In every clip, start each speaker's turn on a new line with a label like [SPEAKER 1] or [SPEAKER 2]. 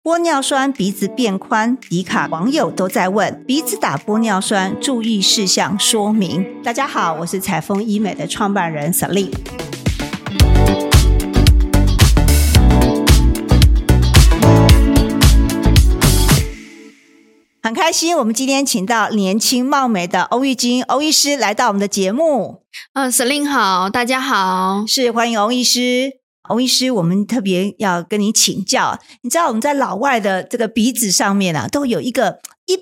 [SPEAKER 1] 玻尿酸鼻子变宽，迪卡网友都在问鼻子打玻尿酸注意事项说明。大家好，我是采风医美的创办人 Celine。很开心，我们今天请到年轻貌美的欧玉晶欧医师来到我们的节目。
[SPEAKER 2] Celine 好，大家好，
[SPEAKER 1] 是欢迎欧医师。欧医师，我们特别要跟你请教，你知道我们在老外的这个鼻子上面啊，都有一个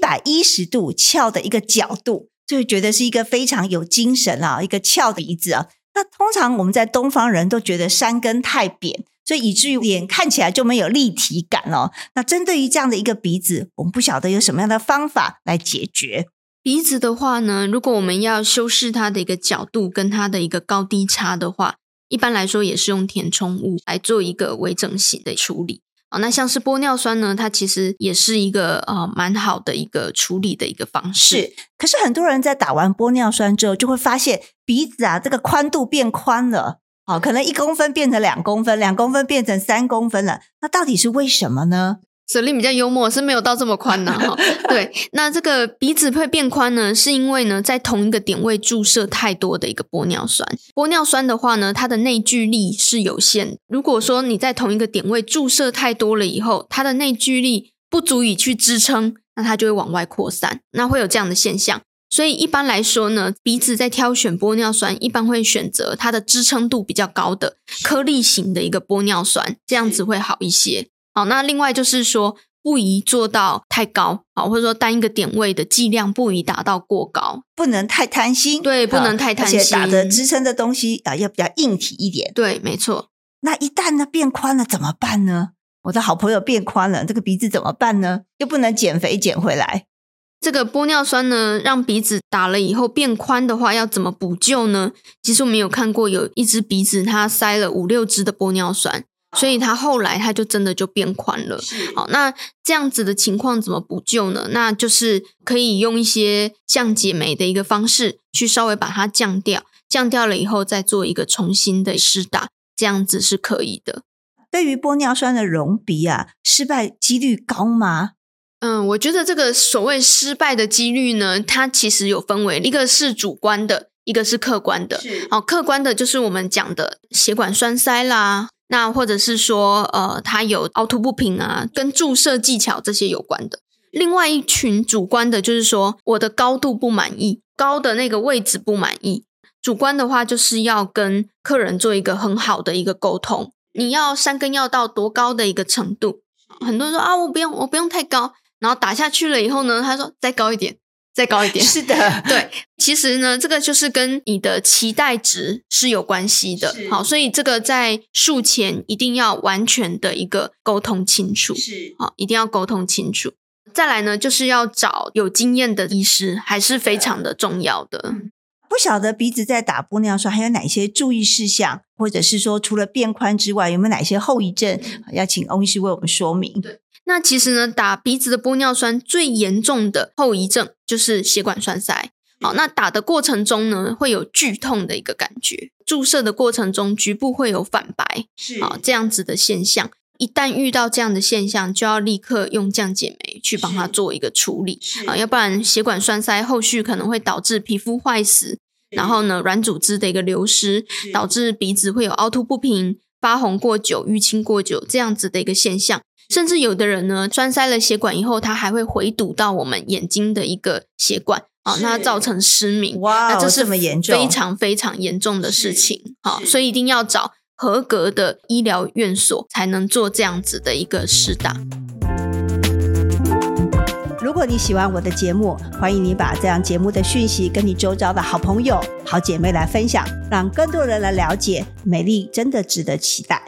[SPEAKER 1] 110度翘的一个角度，就会觉得是一个非常有精神啊，一个翘鼻子啊。那通常我们在东方人都觉得山根太扁，所以以至于脸看起来就没有立体感哦。那针对于这样的一个鼻子，我们不晓得有什么样的方法来解决。
[SPEAKER 2] 鼻子的话呢，如果我们要修饰它的一个角度跟它的一个高低差的话，一般来说也是用填充物来做一个微整形的处理。那像是玻尿酸呢，它其实也是一个蛮好的一个处理的一个方式。
[SPEAKER 1] 是，可是很多人在打完玻尿酸之后就会发现鼻子啊这个宽度变宽了，可能1公分变成2公分，2公分变成3公分了，那到底是为什么呢
[SPEAKER 2] ？Celine 比较幽默，是没有到这么宽的对，那这个鼻子会变宽呢，是因为呢在同一个点位注射太多的一个玻尿酸。玻尿酸的话呢，它的内聚力是有限的。如果说你在同一个点位注射太多了以后，它的内聚力不足以去支撑，那它就会往外扩散，那会有这样的现象。所以一般来说呢，鼻子在挑选玻尿酸一般会选择它的支撑度比较高的颗粒型的一个玻尿酸，这样子会好一些。好，那另外就是说不宜做到太高，好，或者说单一个点位的剂量不宜达到过高，
[SPEAKER 1] 不能太贪心。
[SPEAKER 2] 对，不能太贪心，
[SPEAKER 1] 而且打的支撑的东西要比较硬体一点。
[SPEAKER 2] 对，没错。
[SPEAKER 1] 那一旦呢变宽了怎么办呢？我的好朋友变宽了，这个鼻子怎么办呢？又不能减肥减回来。
[SPEAKER 2] 这个玻尿酸呢，让鼻子打了以后变宽的话，要怎么补救呢？其实我们有看过有一只鼻子它塞了5-6支的玻尿酸，所以它后来它就真的就变宽了。好，那这样子的情况怎么补救呢？那就是可以用一些降解酶的一个方式去稍微把它降掉，降掉了以后再做一个重新的施打，这样子是可以的。
[SPEAKER 1] 对于玻尿酸的隆鼻啊，失败几率高吗？
[SPEAKER 2] 我觉得这个所谓失败的几率呢，它其实有分为一个是主观的，一个是客观的。好，客观的就是我们讲的血管栓塞啦，那或者是说它有凹凸不平啊，跟注射技巧这些有关的。另外一群主观的就是说我的高度不满意，高的那个位置不满意。主观的话就是要跟客人做一个很好的一个沟通，你要山根要到多高的一个程度。很多人说我不用太高，然后打下去了以后呢，他说再高一点再高一点。
[SPEAKER 1] 是的，
[SPEAKER 2] 对，其实呢这个就是跟你的期待值是有关系的。好，所以这个在术前一定要完全的一个沟通清楚。是，好，一定要沟通清楚。再来呢，就是要找有经验的医师，还是非常的重要的。
[SPEAKER 1] 不晓得鼻子在打玻尿酸还有哪些注意事项，或者是说除了变宽之外有没有哪些后遗症，要请欧医师为我们说明。
[SPEAKER 2] 对，那其实呢，打鼻子的玻尿酸最严重的后遗症就是血管栓塞。好，那打的过程中呢，会有剧痛的一个感觉，注射的过程中局部会有反白，好，这样子的现象。一旦遇到这样的现象，就要立刻用降解酶去帮它做一个处理要不然血管栓塞后续可能会导致皮肤坏死，然后呢软组织的一个流失，导致鼻子会有凹凸不平、发红过久、淤青过久这样子的一个现象。甚至有的人呢，栓塞了血管以后，它还会回堵到我们眼睛的一个血管，那造成失明。
[SPEAKER 1] 哇，
[SPEAKER 2] 那这是
[SPEAKER 1] 非
[SPEAKER 2] 常非常严重的事情。好，所以一定要找合格的医疗院所才能做这样子的一个施打。
[SPEAKER 1] 如果你喜欢我的节目，欢迎你把这样节目的讯息跟你周遭的好朋友、好姐妹来分享，让更多人来了解美丽真的值得期待。